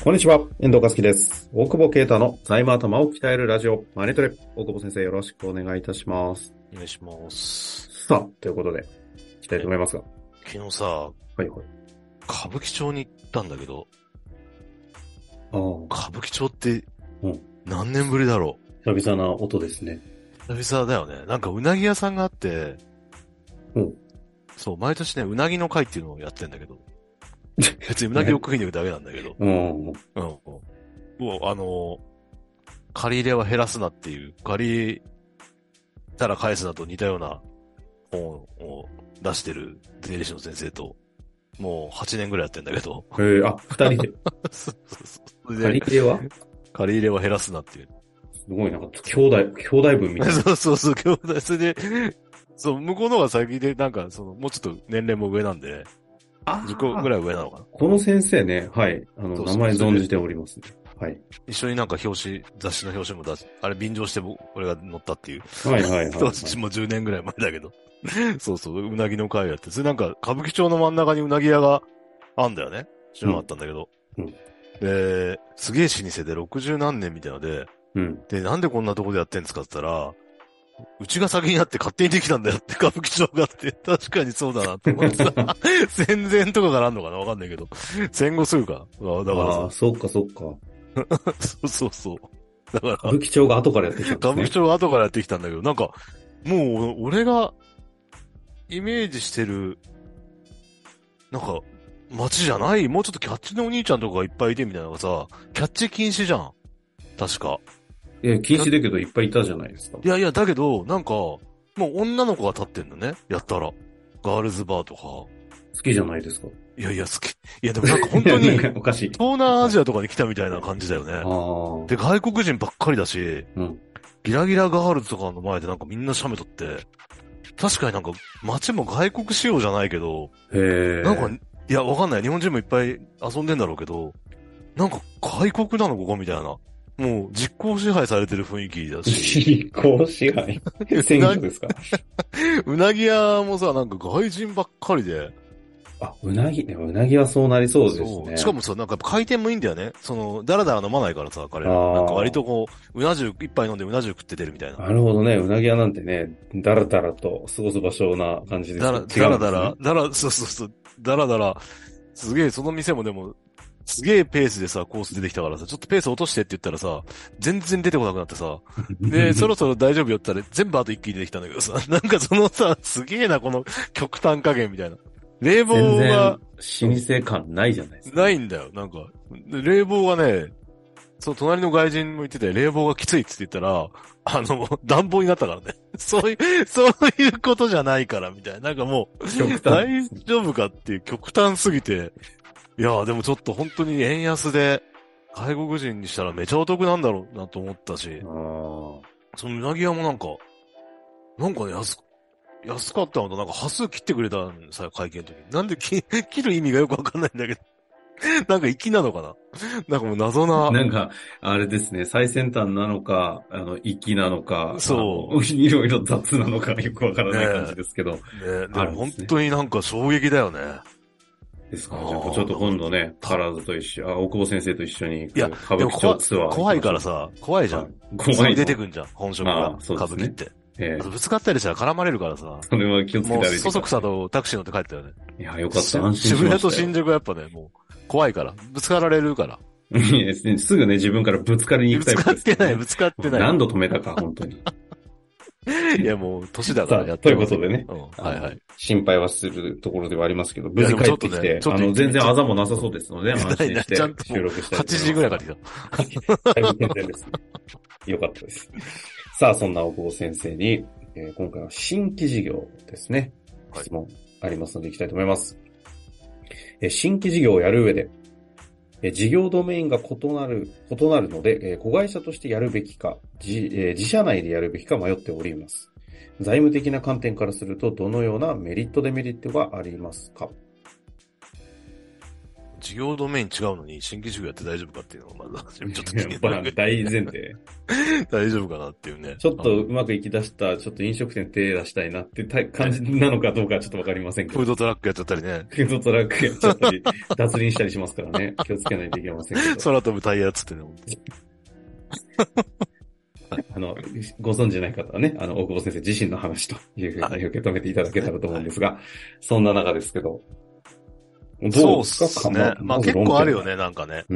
こんにちは、遠藤和樹です。大久保啓太の財務頭を鍛えるラジオ、マネトレ。大久保先生、よろしくお願いいたします。 お願いします。 さあ、ということで、いきたいと思いますが。 昨日さ、 はいはい。 歌舞伎町に行ったんだけど、 あ歌舞伎町ってうん、 何年ぶりだろ久々な音ですね。 う。久々だよね。なんかうなぎ屋さんがあって、 うん。 そう、毎年ね、うなぎの会っていうのをやってんだけど、別にうなぎを食いに行くだけなんだけど、 うん。 うん。もう借り入れは減らすなっていう、借りたら返すなと似たような本を出してる税理士の先生と、もう8年ぐらいやってんだけど、 二人で。 そうそうそう。それで、 借り手は借り入れは減らすなっていう。 すごい、なんか、兄弟分みたいな。 そうそうそう、兄弟。それで、そう、向こうの方が先で、なんか、もうちょっと年齢も上なんで、10個ぐああ、 らい上なのかな。 この先生ね、はい。 そうそう。 名前それで、 存じておりますね。はい。 一緒になんか雑誌の表紙も出し、あれ便乗して俺が乗ったっていう。 はいはいはい、はい。 当時も10年ぐらい前だけど。そうそう、うなぎの会やって。それなんか、歌舞伎町の真ん中にうなぎ屋があんだよね。知らなかったんだけど。 うん。 で、すげえ老舗で60何年みたいので、 うん。 で、なんでこんなとこでやってんですかって言ったら、うちが先になって勝手にできたんだよって歌舞伎町があって、確かにそうだなと思ってさ、戦前とかからあんのかなわかんないけど、戦後すぐか。だからさ、 ああ、そっかそっか。 そうそうそう。だから、 歌舞伎町が後からやってきたんですね。 歌舞伎町が後からやってきたんだけど、なんか、もう、俺がイメージしてる、なんか、街じゃないもうちょっとキャッチのお兄ちゃんとかがいっぱいいてみたいなのがさ、キャッチ禁止じゃん。確か。 禁止だけどいっぱいいたじゃないですか。 いやいや、だけど、なんか、もう女の子が立ってんのね。やったら。ガールズバーとか。 好きじゃないですか。 いやいや、好き。いや、でもなんか本当に、 なんかおかしい。 東南アジアとかに来たみたいな感じだよね。 ああ。 で、外国人ばっかりだし、 うん。 ギラギラガールズとかの前でなんかみんな写メ撮って、確かになんか街も外国仕様じゃないけど、 へなんか、 え。 いや、わかんない。日本人もいっぱい遊んでんだろうけど、なんか外国なのここみたいな。もう実効支配されてる雰囲気だし、 実効支配。選挙ですか？ うなぎ屋もさ、なんか外人ばっかりで、 あ、うなぎ、でもうなぎはそうなりそうですそう。しかね。 もさ、なんか回転もいいんだよね。だらだら飲まないからさ、彼あら。なんか割とあ。 こう、うな重一杯飲んでうな重食って出るみたいな。 なるほどね。うなぎ屋なんてね、だらだらと過ごす場所な感じですけど、違だらだら、 うんですね。 そうそうそう、だらだら、すげえ、その店もでも、すげえペースでさ、コース出てきたからさ、ちょっとペース落としてって言ったらさ、全然出てこなくなってさ、で、そろそろ大丈夫よって言ったら全部あと一気に出てきたんだけどさ、なんかそのさ、すげえな、この極端加減みたいな。冷全然、 房が、 老舗感ないじゃないですか。 ないんだよ。なんか、冷房がね、その隣の外人も言ってて、冷房がきついって言ったら、暖房になったからね。そういうことじゃないから、みたいな。なんかもう、 極端。 大丈夫かっていう極端すぎて、いやーでもちょっと本当に円安で、外国人にしたらめちゃお得なんだろうなと思ったし、 ああ。 そのうなぎ屋もなんかね、安かったのと、なんか端数切ってくれたんさ、会計の時に。なんで切る意味がよくわかんないんだけど。なんか粋なのかな。なんかもう謎な、 なんか、あれですね、最先端なのか、粋なのか、 そいろいろ雑なのかよくわからう、 ない感じねですけど、 え、ねでも本あるんですね。 当になんか衝撃だよね。 ですか。じゃあ、ちょっとああ、だから今度ね、カラーズと一緒、大久保先生と一緒に行いや、 く歌でも舞伎町ツアー行き怖いましょう。 からさ、怖いじゃはん。 い。 すぐ出て怖いの。 くんじゃん、本職が、 ああ、そうですね。 歌舞伎って。 ええ。 あとぶつかったりしたら絡まれるからさ、 それは気をつけもうて歩いてそそくさください。 とタクシー乗って帰ったよね。 いや、よかった。安心し渋谷とましたよ。 新宿はやっぱね、もう怖いから。ぶつかられるから。 いいですね。すぐね、自分からぶつかりに行ぶつくタイプかってない、 ですからね。 ぶつかってない。 何度止めたか、本当に。 いや、もう年だかさあ、 らやっといてませんけど。 うことでね、 うん、はいはい。 心配はするところではありますけど、 いや、 無事帰でもちょっとね、 ってきて、 ちょっと行ってみ、 全然ちょっと、 あざもなさそうですので、安ないな、 心してちゃんともう収録したいと 8 思いますが。 時ぐらいから来た。 だいぶ健全ですね。よかったです。さあ、そんな大久保先生に、今回は新規事業ですね。 はい。 質問ありますので行きたいと思います。新規事業をやる上で、事業ドメインが異なるので、子会社としてやるべきか、自社内でやるべきか迷っております。財務的な観点からすると、どのようなメリットデメリットがありますか？ 事業ドメイン違うのに新規事業やって大丈夫かっていうのがまず、ちょっと気にやっぱなる。 大前提。 大丈夫かなっていうね。 ちょっとうまくいき出した、ちょっと飲食店手出したいなって感じなのかどうかちょっとわかりませんけど。 フードトラックやっちゃったりね。 フードトラックやっちゃったり、脱輪したりしますからね。気をつけないといけませんけど。 空飛ぶタイヤっつってね。 ご存知ない方はね、大久保先生自身の話というふうに受け止めていただけたらと思うんですが、そんな中ですけど。どうそうっですかすね。まあ結構あるよね、なんかね。 うん。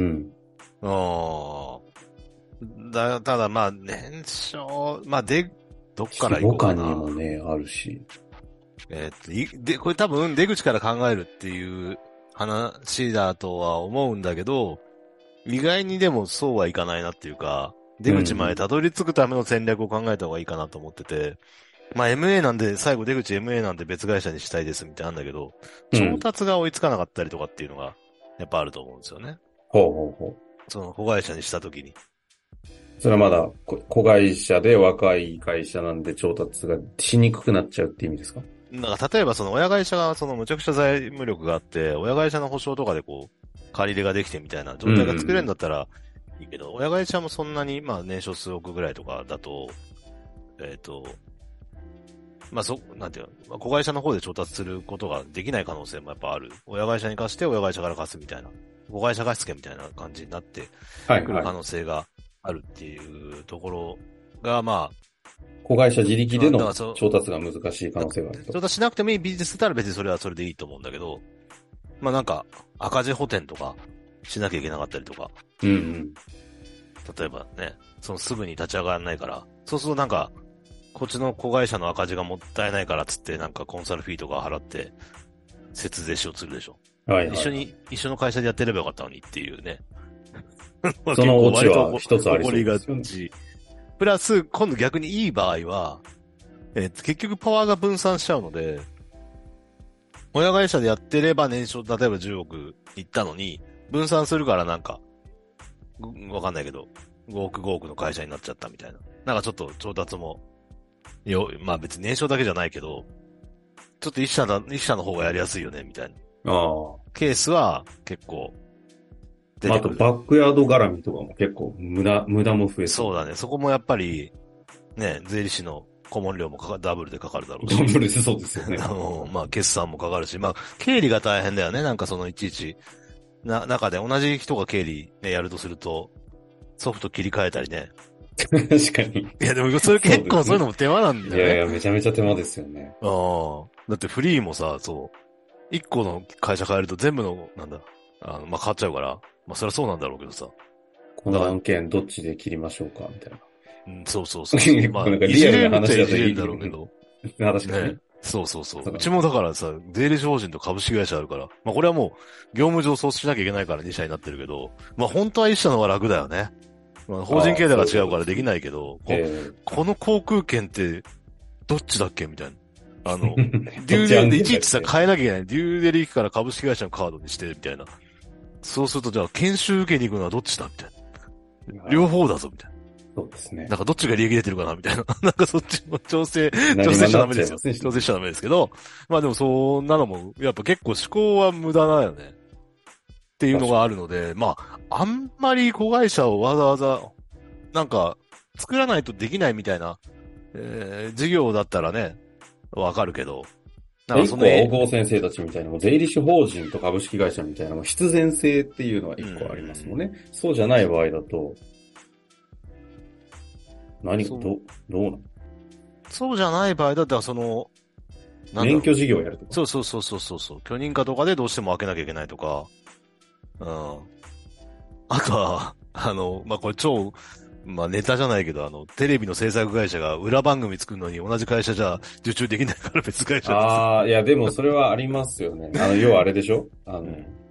ただまあ、年少、まあどっから行こう規模感かな。 にもね、あるし。 これ多分出口から考えるっていう話だとは思うんだけど、意外にでもそうはいかないなっていうか、出口までたどり着くための戦略を考えた方がいいかなと思ってて、まあ MA なんで、最後出口 MA なんで別会社にしたいですみたいなんだけど、調達が追いつかなかったりとかっていうのが、やっぱあると思うんですよね。 ほうほうほう。 その子会社にしたときに。 それはまだ子会社で若い会社なんで調達がしにくくなっちゃうって意味ですか？ なんか例えばその親会社がそのむちゃくちゃ財務力があって、親会社の保証とかでこう、借り入れができてみたいな状態が作れるんだったらいいけど、親会社もそんなに、まあ年商数億ぐらいとかだと、まあなんていうの、子会社の方で調達することができない可能性もやっぱある。親会社に貸して親会社から貸すみたいな、子会社貸付みたいな感じになってくる可能性があるっていうところが、まあ、 子会社自力での調達が難しい可能性があると。 調達しなくてもいいビジネスだったら別にそれはそれでいいと思うんだけど、まあなんか赤字補填とかしなきゃいけなかったりとか、 うんうん、 例えばね、そのすぐに立ち上がらないから、そうするとなんか、こっちの子会社の赤字がもったいないからっつってなんかコンサルフィーとか払って節税しようとするでしょ。 はいはい、 一緒の会社でやってればよかったのにっていうね。 そのオチは一つありそうですよね。 プラス、今度逆にいい場合は、結局パワーが分散しちゃうので、親会社でやってれば年商、例えば10億いったのに、分散するからなんか、わかんないけど、5億の会社になっちゃったみたいな。なんかちょっと調達も、まあ別に年商だけじゃないけど、ちょっと一社の方がやりやすいよね、みたいな。ケースは結構出てくる。 あとバックヤード絡みとかも結構無駄も増えそうだね。そこもやっぱり、ね、税理士の顧問料もダブルでかかるだろうし。 ダブルでそうですよね。 まあ決算もかかるし、まあ経理が大変だよね。なんかそのいちいち、中で同じ人が経理ね、やるとすると、ソフト切り替えたりね。 確かに。 いやでもそれ結構そういうのも手間なんだよね。 いやめちゃめちゃ手間ですよね。 だってフリーもさ、そう、一個の会社変えると全部の、まあ変わっちゃうから、まあそりゃそうなんだろうけどさ。 この案件どっちで切りましょうかみたいな。 そう。 まあ、リアルな話だといいんだろうけど。 確かにね。 そう。うちもだからさ、税理士法人と株式会社あるから、まあこれはもう、業務上そうしなきゃいけないから2社になってるけど、まあ本当は1社の方が楽だよね。まあ、法人形態が違うからできないけど、この航空券って、どっちだっけみたいな。デューデリでいちいちさ、変えなきゃいけない。デューデリ行くから株式会社のカードにして、みたいな。そうすると、じゃあ、研修受けに行くのはどっちだみたいな。両方だぞ、みたいな。 そうですね。 なんかどっちが利益出てるかなみたいな。なんかそっちも調整しちゃダメですよ。調整しちゃダメですけど。まあでもそんなのも、やっぱ結構思考は無駄だよね。っていうのがあるので、まあ、あんまり子会社をわざわざ、なんか、作らないとできないみたいな、事業だったらね、わかるけど。 なんか一個は大久保先生たちみたいな、税理士法人と株式会社みたいな、必然性っていうのは一個ありますもんね。そうじゃない場合だと、どうなの？ そうじゃない場合だったら、 免許事業やるとか。 そう。許認可とかでどうしても開けなきゃいけないとか。あとは、まあ、これまあ、ネタじゃないけど、テレビの制作会社が裏番組作るのに同じ会社じゃ受注できないから別会社です。 ああ、いや、でもそれはありますよね。要はあれでしょ大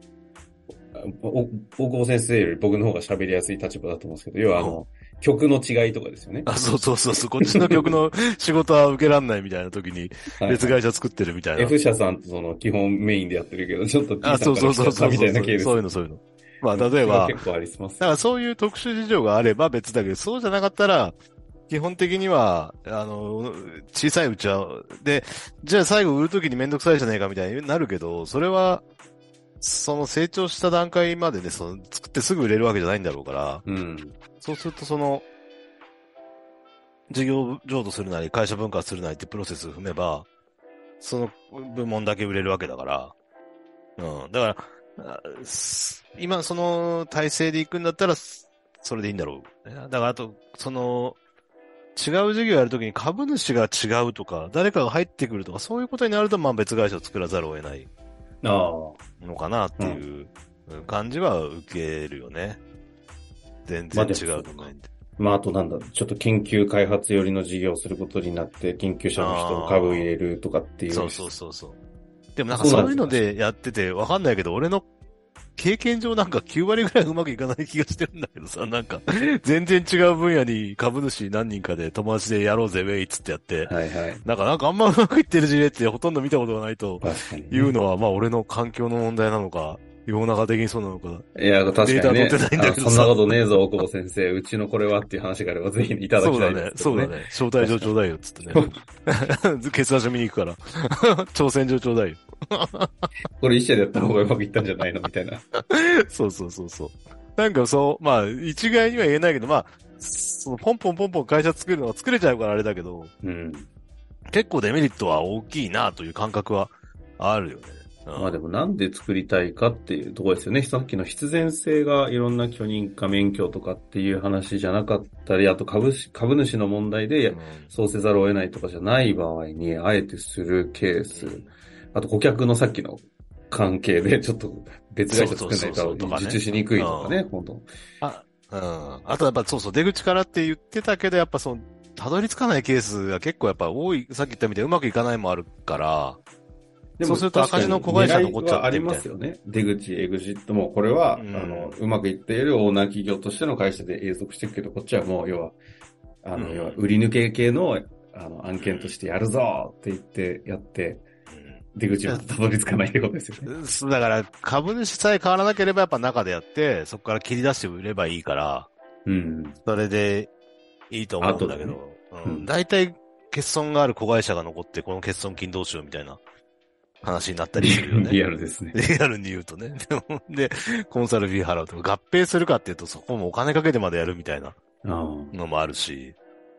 久保先生より僕の方が喋りやすい立場だと思うんですけど、要は曲の違いとかですよね。 そう。こっちの曲の仕事は受けらんないみたいな時に別会社作ってるみたいな。 F 社さんと基本メインでやってるけど、ちょっと T さんから来ちゃったみたいなケース。 そういうの。まあ、例えば、 結構あります。 だからそういう特殊事情があれば別だけど、そうじゃなかったら、基本的には、小さいうちは、で、じゃあ最後売るときにめんどくさいじゃねえかみたいになるけど、それは、 その成長した段階までね、作ってすぐ売れるわけじゃないんだろうから、 うん。 そうすると事業譲渡するなり、会社分割するなりってプロセスを踏めば、その部門だけ売れるわけだから、うん。だから、今その体制で行くんだったら、それでいいんだろう。だからあと、違う事業やるときに株主が違うとか、誰かが入ってくるとか、そういうことになると、まあ別会社を作らざるを得ないああ。 のかなっていう感じは受けるよね。全まあでも、 然違うと思うんで。 まああとなんだ、ちょっと研究開発寄りの事業をすることになって、研究者の人を株入れるとかっていう。 そうそうそうそう。でもなんかそういうのでやっててわかんないけど、俺の経験上なんか9割ぐらいうまくいかない気がしてるんだけどさ、なんか、全然違う分野に株主何人かで友達でやろうぜ、ウェイっつってやって、 はいはい。 なんかあんまうまくいってる事例ってほとんど見たことがないと確かに、ね。 いうのは、まあ俺の環境の問題なのか、世の中的にそうなのか、 いや、確かにね。 データ載ってないんだけどさ。 そんなことねえぞ、大久保先生。うちのこれはっていう話があればぜひいただきたいですけどね。 そうだね。招待状ちょうだいよ、っつってね。決断書見に行くから。挑戦状ちょうだいよ。 これ一社でやった方がうまくいったんじゃないのみたいな。 そうそうそうそう。なんかまあ、一概には言えないけど、まあ、ポンポンポンポン会社作るのは作れちゃうからあれだけど、 うん。 結構デメリットは大きいなという感覚はあるよね。 まあでもなんで作りたいかっていうところですよね。さっきの必然性がいろんな許認可免許とかっていう話じゃなかったり、あと株主の問題でそうせざるを得ないとかじゃない場合に、あえてするケース。あと顧客のさっきの関係でちょっと別会社作らないと受注しにくいとかね、本当。 あとやっぱ出口からって言ってたけど、やっぱたどり着かないケースが結構やっぱ多い、さっき言ったみたいにうまくいかないもあるから、 でもそうすると赤字の子会社残っちゃってみたいな。 ありますよね。出口、エグジットも、これは、うまくいっているオーナー企業としての会社で永続していくけど、こっちはもう、要は、売り抜け系の、案件としてやるぞって言ってやって、出口までたどり着かないってことですよね。 だから、株主さえ変わらなければやっぱ中でやって、そこから切り出して売ればいいから、それでいいと思うんだけど、大体、欠損がある子会社が残って、この欠損金どうしようみたいな話になったりするよね。 リアルですね。 リアルに言うとね。で、コンサルフィー払うとか、合併するかっていうと、そこもお金かけてまでやるみたいなのもあるし、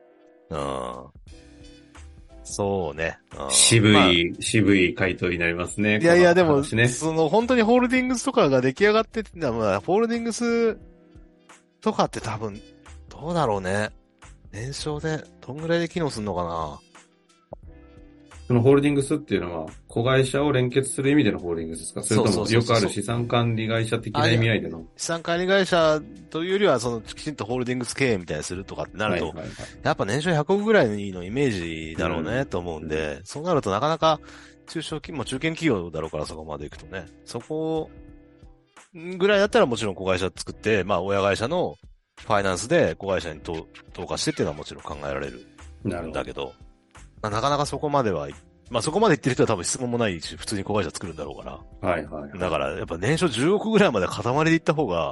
そうね。 渋い回答になりますね。 いやいや、でも、本当にホールディングスとかが出来上がってて、まあ、ホールディングスとかって多分、どうだろうね。年商で、どんぐらいで機能するのかな。 そのホールディングスっていうのは、子会社を連結する意味でのホールディングスですか？それともよくある資産管理会社的な意味合いでの？ 資産管理会社というよりは、きちんとホールディングス経営みたいにするとかってなると、やっぱ年商100億ぐらいのイメージだろうね、と思うんで、そうなるとなかなか中堅企業だろうからそこまで行くとね、そこぐらいだったらもちろん子会社作って、まあ親会社のファイナンスで子会社に投下してっていうのはもちろん考えられるんだけど、なかなかそこまでは、まあそこまで言ってる人は多分質問もないし、普通に子会社作るんだろうから。 はいはい、はい。 だからやっぱ年商10億ぐらいまで塊で行った方が、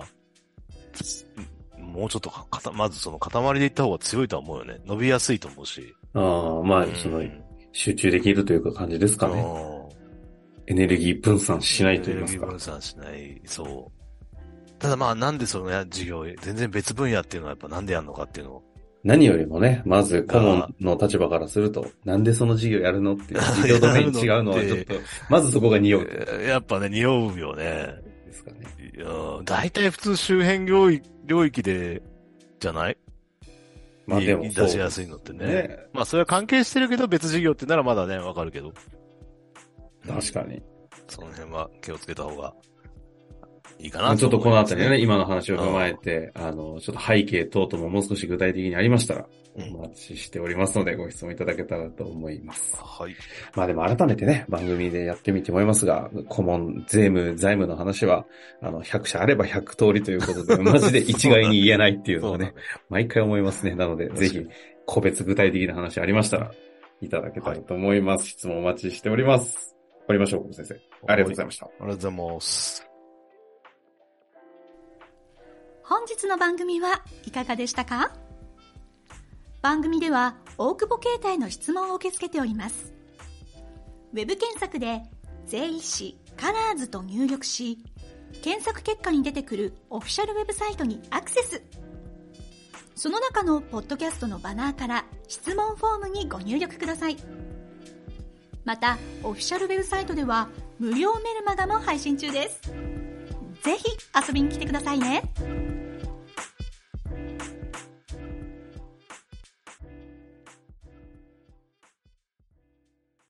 もうちょっとまず塊で行った方が強いとは思うよね。伸びやすいと思うし。 まあ、集中できるというか感じですかね。エネルギー分散しないと言いますか。 エネルギー分散しない、そう。ただまあなんでその事業、全然別分野っていうのはやっぱなんでやるのかっていうのを。 何よりもね、まず顧問の立場からすると、なんでその事業やるのっていう、事業ドメイン違うのはちょっと、まずそこが匂う。 やっぱね、匂うよね。 ですかね。 大体普通周辺領域で、じゃない？ まあでも出しやすいのってね。まあそれは関係してるけど別事業ってならまだね、わかるけど。 確かに。 その辺は気をつけた方がいいかなと思いますね。 ちょっとこのあたりね、今の話を踏まえて、ちょっと背景等々ももう少し具体的にありましたら、お待ちしておりますので、ご質問いただけたらと思います。 はい。 まあでも改めてね、番組でやってみて思いますが、顧問、財務の話は、100社あれば100通りということで、マジで一概に言えないっていうのをね、毎回思いますね。なので、ぜひ、個別具体的な話ありましたら、いただけたらと思います。質問お待ちしております。終わりましょう、先生。ありがとうございました。 ありがとうございます。 本日の番組はいかがでしたか？番組では大久保携帯の質問を受け付けております。ウェブ検索で税理士カラーズと入力し、検索結果に出てくるオフィシャルウェブサイトにアクセス。その中のポッドキャストのバナーから質問フォームにご入力ください。また、オフィシャルウェブサイトでは無料メルマガも配信中です。ぜひ遊びに来てくださいね。